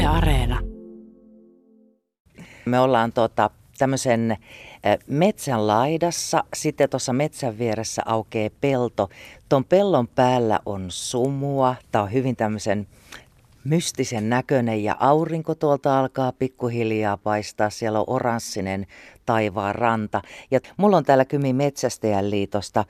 Yle Areena. Me ollaan tämmöisen metsän laidassa, sitten tuossa metsän vieressä aukeaa pelto. Tuon pellon päällä on sumua, tää on hyvin tämmöisen mystisen näköinen ja aurinko tuolta alkaa pikkuhiljaa paistaa. Siellä on oranssinen taivaan ranta. Ja mulla on täällä Kymi Metsästäjän liitosta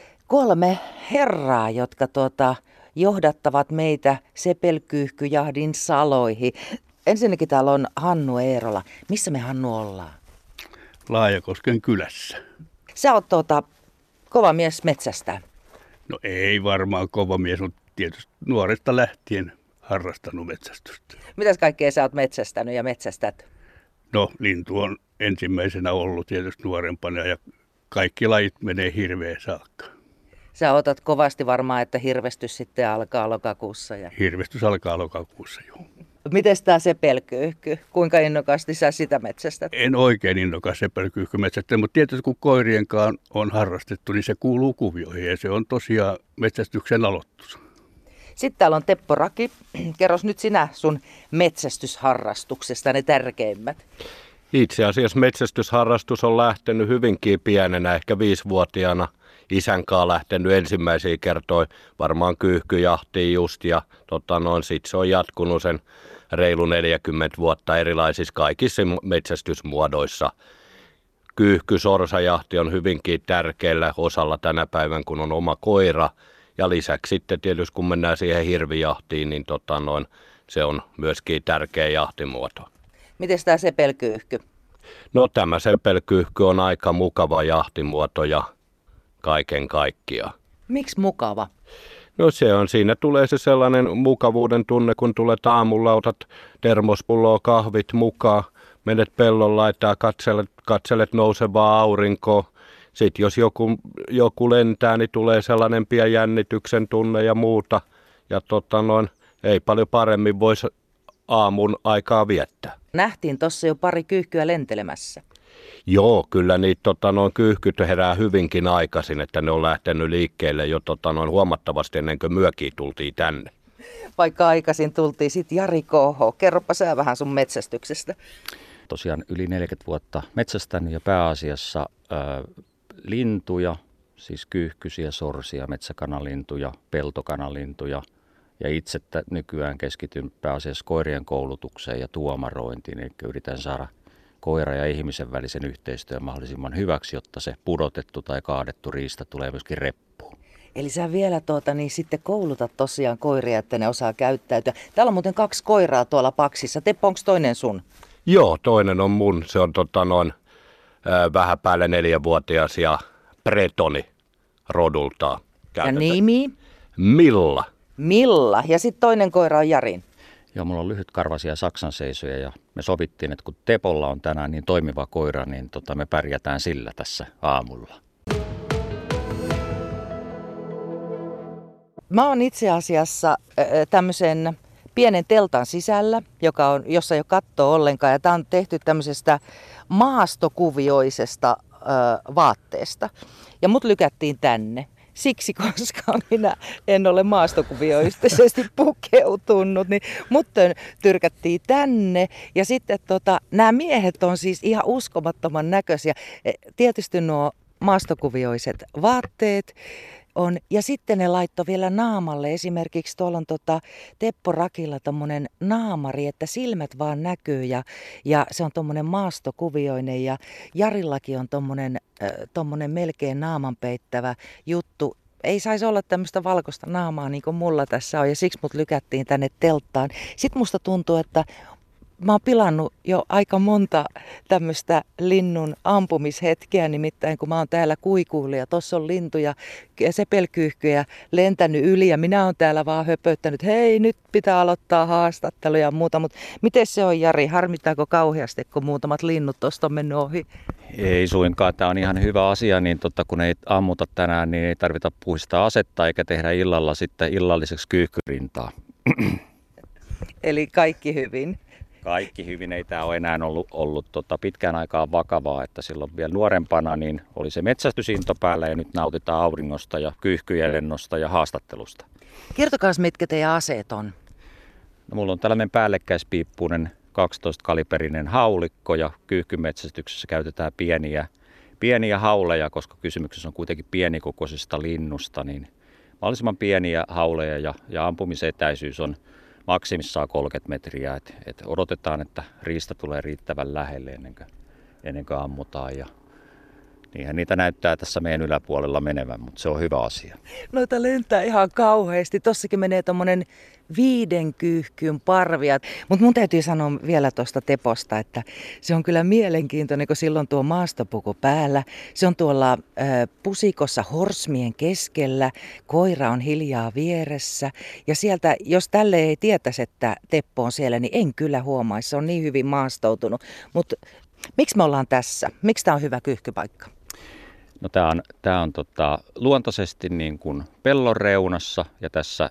3 herraa, jotka johdattavat meitä sepelkyyhkyjahdin saloihin. Ensinnäkin täällä on Hannu Eerola. Missä me, Hannu, ollaan? Laajakosken kylässä. Sä oot kova mies metsästä. No ei varmaan kova mies, mutta tietysti nuoresta lähtien harrastanut metsästystä. Mitäs kaikkea sä oot metsästänyt ja metsästät? No lintu on ensimmäisenä ollut tietysti nuorempana ja kaikki lajit menee hirveän saakka. Sä otat kovasti varmaan, että hirvestys sitten alkaa lokakuussa. Hirvestys alkaa lokakuussa, joo. Mites tää sepelkyyhky? Kuinka innokasti sä sitä metsästät? En oikein innokas sepelkyyhkymetsästäjä, mutta tietysti kun koirienkaan on harrastettu, niin se kuuluu kuvioihin ja se on tosiaan metsästyksen aloitus. Sitten täällä on Teppo Raki. Kerros nyt sinä sun metsästysharrastuksesta ne tärkeimmät. Itse asiassa metsästysharrastus on lähtenyt hyvinkin pienenä, ehkä 5-vuotiaana. Isän kanssa lähtenyt ensimmäisiä kertoja varmaan kyyhkyjahtiin just ja sit se on jatkunut sen reilu 40 vuotta erilaisissa kaikissa metsästysmuodoissa. Kyyhky-sorsajahti on hyvinkin tärkeällä osalla tänä päivän, kun on oma koira. Ja lisäksi sitten tietysti kun mennään siihen hirvijahtiin, niin se on myöskin tärkeä jahtimuoto. Miten tämä sepelkyyhky? No tämä sepelkyyhky on aika mukava jahtimuoto ja kaiken kaikkiaan. Miksi mukava? No siinä tulee se sellainen mukavuuden tunne, kun tulet aamulla, otat termospulloa kahvit mukaan, menet pellon laitaa, katselet nousevaa aurinkoa. Sitten jos joku lentää, niin tulee sellainen pieni jännityksen tunne ja muuta. Ja ei paljon paremmin voisi aamun aikaa viettää. Nähtiin tuossa jo pari kyyhkyä lentelemässä. Joo, kyllä niitä kyyhkyt herää hyvinkin aikaisin, että ne on lähtenyt liikkeelle jo huomattavasti ennen kuin myökin tultiin tänne. Vaikka aikaisin tultiin. Sitten Jari Koho, kerropa sä vähän sun metsästyksestä. Tosiaan yli 40 vuotta metsästänyt ja pääasiassa lintuja, siis kyyhkysiä, sorsia, metsäkanalintuja, peltokanalintuja. Ja itse nykyään keskityn pääasiassa koirien koulutukseen ja tuomarointiin, eli yritän saada koira ja ihmisen välisen yhteistyön mahdollisimman hyväksi, jotta se pudotettu tai kaadettu riista tulee myöskin reppuun. Eli sä vielä sitten koulutat tosiaan koiria, että ne osaa käyttäytyä. Täällä on muuten 2 koiraa tuolla paksissa. Teppo, onko toinen sun? Joo, toinen on mun. Se on vähän päälle 4-vuotias ja bretoni rodultaan. Ja nimi? Milla. Milla. Ja sitten toinen koira on Jarin. Joo, mulla on lyhytkarvaisia saksanseisoja ja me sovittiin, että kun Tepolla on tänään niin toimiva koira, niin me pärjätään sillä tässä aamulla. Mä oon itse asiassa tämmöisen pienen teltan sisällä, jossa ei ole kattoa ollenkaan. Ja tää on tehty tämmöisestä maastokuvioisesta vaatteesta. Ja mut lykättiin tänne. Siksi, koska minä en ole maastokuvioisesti pukeutunut, niin mut tyrkättiin tänne. Ja sitten nämä miehet on siis ihan uskomattoman näköisiä. Tietysti nuo maastokuvioiset vaatteet on. Ja sitten ne laittoi vielä naamalle. Esimerkiksi tuolla on Teppo Rakilla tommonen naamari, että silmät vaan näkyy ja se on tommonen maastokuvioinen. Ja Jarillakin on tommonen melkein naaman peittävä juttu. Ei saisi olla tämmöistä valkoista naamaa niin kuin mulla tässä on ja siksi mut lykättiin tänne telttaan. Sitten musta tuntuu, että mä oon pilannut jo aika monta tämmöistä linnun ampumishetkeä, nimittäin kun mä oon täällä kuikuillut ja tossa on lintuja ja sepelkyyhkyjä lentänyt yli ja minä oon täällä vaan höpöttänyt, hei nyt pitää aloittaa haastatteluja ja muuta, mutta miten se on, Jari, harmittaako kauheasti, kun muutamat linnut tosta on mennyt ohi? Ei suinkaan, tämä on ihan hyvä asia, niin kun ei ammuta tänään, niin ei tarvita puhistaa asetta eikä tehdä illalla sitten illalliseksi kyyhkyrintaa. Eli kaikki hyvin. Kaikki hyvin, ei tämä ole enää ollut pitkään aikaa vakavaa, että silloin vielä nuorempana niin oli se metsästysinto päällä ja nyt nautitaan auringosta ja kyyhkyjen lennosta ja haastattelusta. Kertokaa, mitkä teidän aseet on? No, mulla on tällainen päällekkäispiippuinen 12-kaliberinen haulikko ja kyyhkymetsästyksessä käytetään pieniä hauleja, koska kysymyksessä on kuitenkin pienikokoisesta linnusta, niin mahdollisimman pieniä hauleja ja ampumisetäisyys on maksimissaan 30 metriä. Et odotetaan, että riista tulee riittävän lähelle ennen kuin ammutaan. Ja niinhän niitä näyttää tässä meidän yläpuolella menevän, mutta se on hyvä asia. Noita lentää ihan kauheasti. Tossakin menee tommonen 5 kyyhkyyn parvia. Mutta mun täytyy sanoa vielä tuosta Teposta, että se on kyllä mielenkiintoinen, kun silloin tuo maastopuku päällä. Se on tuolla pusikossa horsmien keskellä. Koira on hiljaa vieressä. Ja sieltä, jos tälle ei tietäisi, että Teppo on siellä, niin en kyllä huomaisi. Se on niin hyvin maastoutunut. Mutta miksi me ollaan tässä? Miksi tämä on hyvä kyyhkypaikka? No, tämä on luontaisesti niin kuin pellon reunassa ja tässä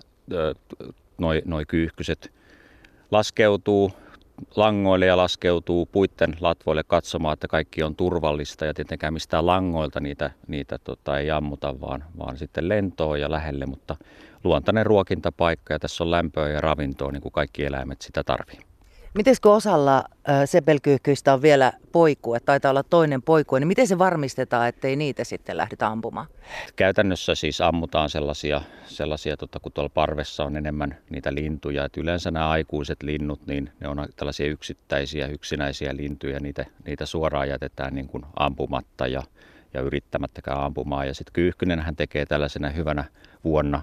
noi kyyhkyset laskeutuu langoille ja laskeutuu puitten latvoille katsomaan, että kaikki on turvallista ja tietenkään mistään langoilta niitä ei ammuta, vaan sitten lentoon ja lähelle, mutta luontainen ruokintapaikka ja tässä on lämpöä ja ravintoa, niin kuin kaikki eläimet sitä tarvii. Miten kun osalla sepelkyyhkyistä on vielä poikue, taitaa olla toinen poikue, niin miten se varmistetaan, ettei niitä sitten lähdetä ampumaan? Käytännössä siis ammutaan sellaisia kun tuolla parvessa on enemmän niitä lintuja. Et yleensä nämä aikuiset linnut, niin ne on tällaisia yksittäisiä, yksinäisiä lintuja. Niitä suoraan jätetään niin kuin ampumatta ja yrittämättäkään ampumaan. Ja sitten kyyhkynenhän tekee tällaisena hyvänä vuonna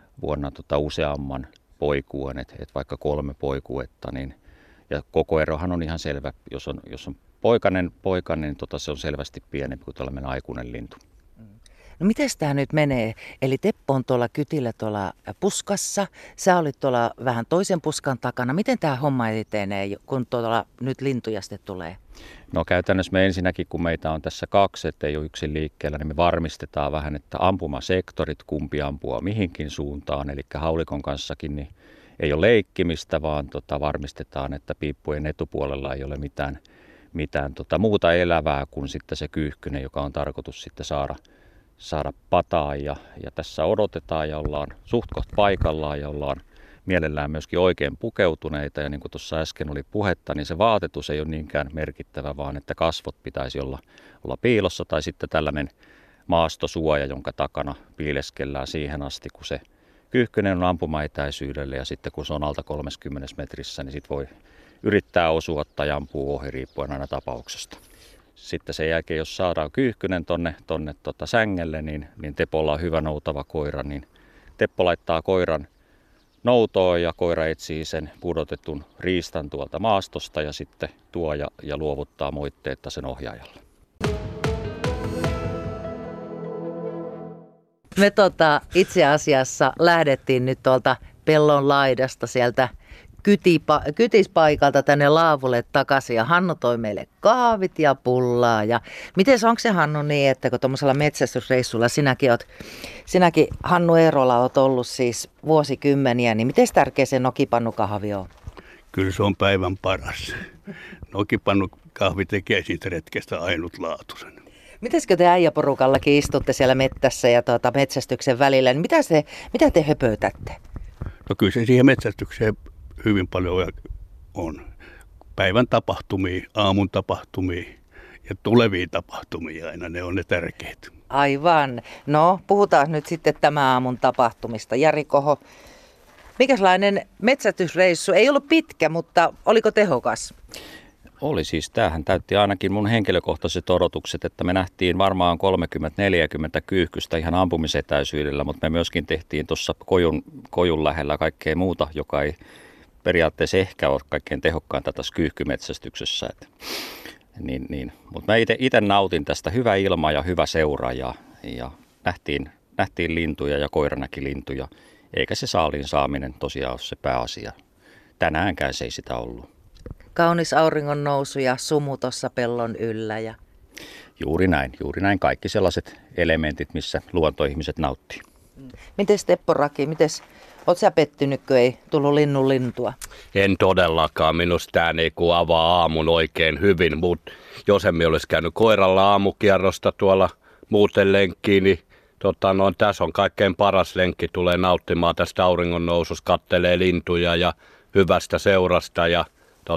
useamman poikueen, että vaikka 3 poikuetta, niin ja koko erohan on ihan selvä, jos on poikainen, niin se on selvästi pienempi kuin tällainen aikuinen lintu. No miten tämä nyt menee? Eli Teppo on tuolla kytillä tuolla puskassa, sä olit tuolla vähän toisen puskan takana. Miten tämä homma etenee, kun tuolla nyt lintuja sitten tulee? No käytännössä me ensinnäkin, kun meitä on tässä 2, ettei ole yksin liikkeellä, niin me varmistetaan vähän, että ampumasektorit, kumpi ampua mihinkin suuntaan. Eli haulikon kanssakin niin ei ole leikkimistä, vaan varmistetaan, että piippujen etupuolella ei ole mitään muuta elävää kuin sitten se kyyhkynen, joka on tarkoitus sitten saada pataan. Ja tässä odotetaan ja ollaan suht koht paikallaan ja ollaan mielellään myöskin oikein pukeutuneita. Ja niin kuin tuossa äsken oli puhetta, niin se vaatetus ei ole niinkään merkittävä, vaan että kasvot pitäisi olla piilossa tai sitten tällainen maastosuoja, jonka takana piileskellään siihen asti, kun se kyyhkynen on ampumaetäisyydelle ja sitten kun se on alta 30 metrissä, niin sitten voi yrittää osua tai ampua ohi riippuen aina tapauksesta. Sitten sen jälkeen, jos saadaan kyyhkynen tonne sängelle, niin Tepolla on hyvä noutava koira, niin Teppo laittaa koiran noutoon ja koira etsii sen pudotetun riistan tuolta maastosta ja sitten tuo ja luovuttaa moitteetta sen ohjaajalle. Me itse asiassa lähdettiin nyt tuolta pellon laidasta sieltä kytispaikalta tänne laavulle takaisin ja Hannu toi meille kahvit ja pullaa. Ja miten onko se Hannu niin, että kun tuommoisella metsästysreissulla sinäkin Hannu Eerola olet ollut siis vuosikymmeniä, niin miten tärkeä se nokipannukahvi on? Kyllä se on päivän paras. Nokipannukahvi tekee siitä retkestä ainutlaatuisen. Mitäskö te äijäporukallakin istutte siellä mettässä ja metsästyksen välillä, niin mitä te höpötätte? No kyllä se siihen metsästykseen hyvin paljon on. Päivän tapahtumia, aamun tapahtumia ja tulevia tapahtumia aina, ne on ne tärkeitä. Aivan. No, puhutaan nyt sitten tämän aamun tapahtumista. Jari Koho, mikäslainen metsästysreissu? Ei ollut pitkä, mutta oliko tehokas? Oli siis, tämähän täytti ainakin mun henkilökohtaiset odotukset, että me nähtiin varmaan 30-40 kyyhkystä ihan ampumisetäisyydellä, mutta me myöskin tehtiin tuossa kojun lähellä kaikkea muuta, joka ei periaatteessa ehkä ole kaikkein tehokkainta tässä kyyhkymetsästyksessä. Mutta mä itse nautin tästä, hyvä ilma ja hyvä seura ja nähtiin lintuja ja koira näki lintuja, eikä se saaliin saaminen tosiaan ole se pääasia. Tänäänkään se ei sitä ollut. Kaunis auringon nousu ja sumu tuossa pellon yllä. Juuri näin. Kaikki sellaiset elementit, missä luontoihmiset nauttii. Mites Teppo Raki, oot sä pettynyt, kun ei tullut lintua? En todellakaan. Minusta tämä niinku avaa aamun oikein hyvin, mutta jos emme olisi käynyt koiralla aamukierrosta tuolla muuten lenkkiin, niin tässä on kaikkein paras lenkki. Tulee nauttimaan tästä auringon noususta, kattelee lintuja ja hyvästä seurasta ja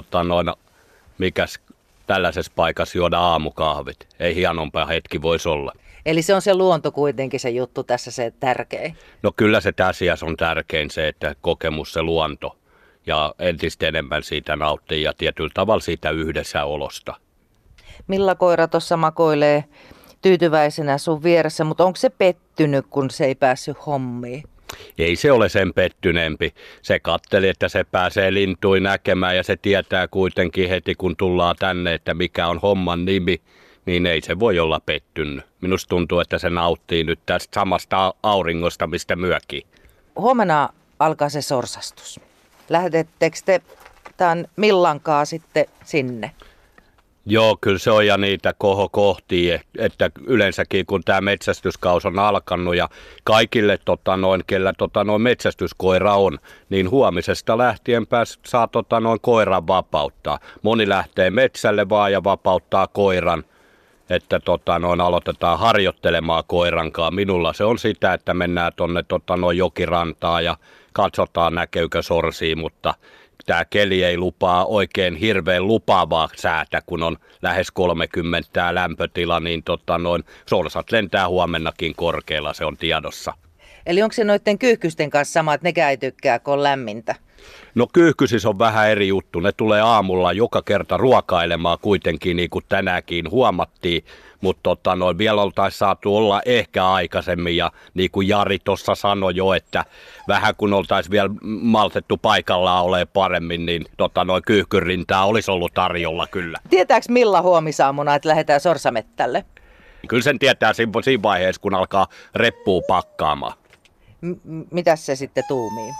mikäs tällaisessa paikassa juoda aamukahvit. Ei hienompaa hetki voisi olla. Eli se on se luonto kuitenkin se juttu tässä se tärkein. No kyllä se tässä on tärkein se, että kokemus se luonto ja entistä enemmän siitä nauttii ja tietyllä tavalla siitä yhdessäolosta. Milla koira tuossa makoilee tyytyväisenä sun vieressä, mutta onko se pettynyt, kun se ei päässyt hommiin? Ei se ole sen pettyneempi. Se katteli, että se pääsee lintuin näkemään ja se tietää kuitenkin heti, kun tullaan tänne, että mikä on homman nimi, niin ei se voi olla pettynyt. Minusta tuntuu, että se nauttii nyt tästä samasta auringosta, mistä myökin. Huomenna alkaa se sorsastus. Lähetettekö te tämän Millankaa sitten sinne? Joo, kyllä se on ja niitä kohokohtia, että yleensäkin kun tämä metsästyskaus on alkanut ja kaikille kellä metsästyskoira on, niin huomisesta lähtien saa koiran vapauttaa. Moni lähtee metsälle vaan ja vapauttaa koiran, että aloitetaan harjoittelemaan koirankaan. Minulla se on sitä, että mennään tuonne jokirantaan ja katsotaan näkeykö sorsia, mutta tämä keli ei lupaa oikein hirveän lupaavaa säätä, kun on lähes 30 tämä lämpötila, niin sorsat lentää huomennakin korkealla, se on tiedossa. Eli onko se noiden kyyhkysten kanssa sama, että nekään ei tykkää, kun on lämmintä? No kyyhkysis on vähän eri juttu. Ne tulee aamulla joka kerta ruokailemaan kuitenkin, niin kuin tänäänkin huomattiin. Mutta vielä oltaisiin saatu olla ehkä aikaisemmin ja niin kuin Jari tuossa sanoi jo, että vähän kun oltaisiin vielä maltettu paikallaan ole paremmin, niin kyyhkyrintaa olisi ollut tarjolla kyllä. Tietääks Milla huomisaamuna, että lähdetään sorsamettälle? Kyllä sen tietää siinä vaiheessa, kun alkaa reppua pakkaamaan. Mitäs se sitten tuumii?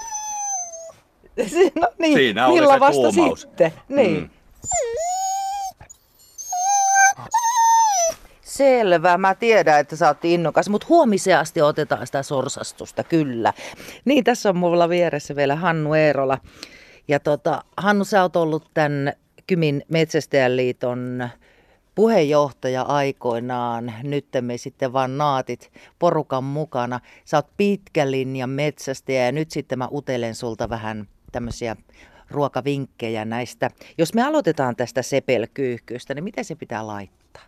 No niin, siinä oli Milla se vasta tuumaus. sitten. Niin. Selvä, mä tiedän, että sä oot innokas, mutta huomiseen asti otetaan sitä sorsastusta, kyllä. Niin, tässä on mulla vieressä vielä Hannu Eerola. Ja Hannu, sä oot ollut tämän Kymin Metsästäjäliiton puheenjohtaja aikoinaan. Nyt me sitten vaan naatit porukan mukana. Sä oot pitkän linjan metsästäjä ja nyt sitten mä utelen sulta vähän tämmöisiä ruokavinkkejä näistä. Jos me aloitetaan tästä sepelkyyhkystä, niin miten se pitää laittaa?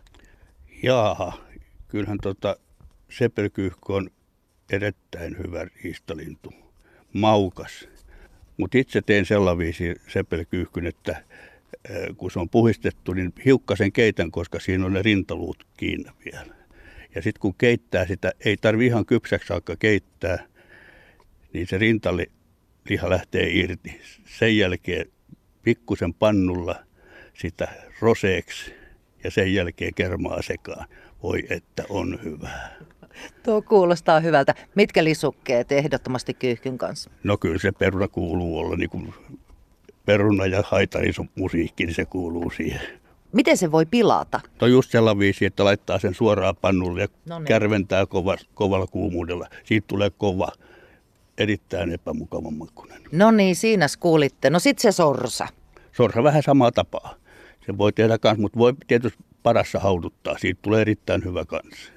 Jaaha, kyllähän sepelkyyhky on erittäin hyvä riistalintu, maukas. Mutta itse teen sellaisen sepelkyyhkyn, että kun se on puhistettu, niin hiukkasen keitän, koska siinä on ne rintaluut kiinni vielä. Ja sitten kun keittää sitä, ei tarvitse ihan kypsäksi saakka keittää, niin se rintaliha lähtee irti. Sen jälkeen pikkusen pannulla sitä roseeksi ja sen jälkeen kermaa sekaan. Voi että on hyvää. Tuo kuulostaa hyvältä. Mitkä lisukkeet ehdottomasti kyyhkyn kanssa? No kyllä se peruna kuuluu olla, niin kuin peruna ja haitarin musiikki, niin se kuuluu siihen. Miten se voi pilata? No just sellainen, että laittaa sen suoraan pannulle ja Noniin. kärventää kovalla kuumuudella. Siitä tulee kova, erittäin epämukavan makuinen. No niin, siinä kuulitte. No sit se sorsa. Sorsa vähän samaa tapaa. Se voi tehdä kans, mutta voi tietysti padassa hauduttaa. Siitä tulee erittäin hyvä kans.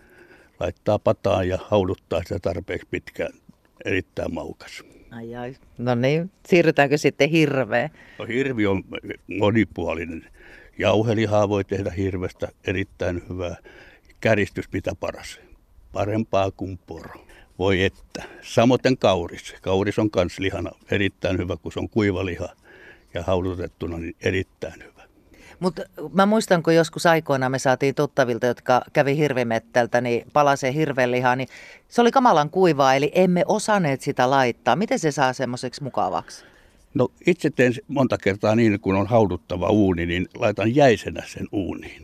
Laittaa pataan ja hauduttaa sitä tarpeeksi pitkään. Erittäin maukas. Ai. No niin, siirrytäänkö sitten hirveen? No, hirvi on monipuolinen. Jauhelihaa voi tehdä hirvestä erittäin hyvää. Käristys mitä paras. Parempaa kuin poro. Voi että. Samoin kauris. Kauris on kans lihana erittäin hyvä, kun se on kuiva liha. Ja haudutettuna niin erittäin hyvä. Mutta mä muistan, kun joskus aikoinaan me saatiin tuttavilta, jotka kävi hirvimettältä, niin palaseen hirvenlihaa, niin se oli kamalan kuivaa, eli emme osanneet sitä laittaa. Miten se saa semmoiseksi mukavaksi? No itse teen monta kertaa niin, kun on hauduttava uuni, niin laitan jäisenä sen uuniin.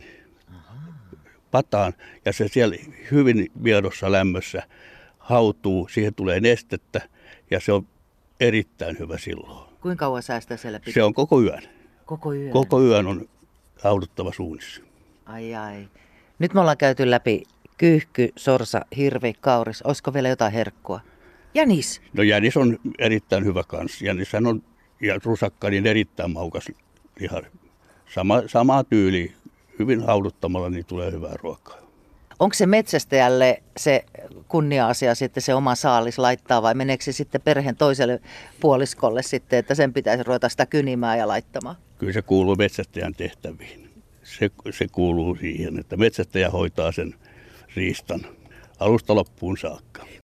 Pataan ja se siellä hyvin miedossa lämmössä hautuu, siihen tulee nestettä ja se on erittäin hyvä silloin. Kuinka kauan säästää siellä pitää? Se on koko yön. Koko yön? Koko yön on hauduttava suunnissa. Ai. Nyt me ollaan käyty läpi kyyhky, sorsa, hirvi, kauris. Olisiko vielä jotain herkkua? Jänis. No jänis on erittäin hyvä kans. Jänishän on ja rusakka niin erittäin maukas liha. Sama tyyli. Hyvin hauduttamalla niin tulee hyvää ruokaa. Onko se metsästäjälle se kunnia-asia sitten se oma saalis laittaa vai meneekö se sitten perheen toiselle puoliskolle sitten, että sen pitäisi ruveta sitä kynimään ja laittamaan? Kyllä se kuuluu metsästäjän tehtäviin. Se kuuluu siihen, että metsästäjä hoitaa sen riistan alusta loppuun saakka.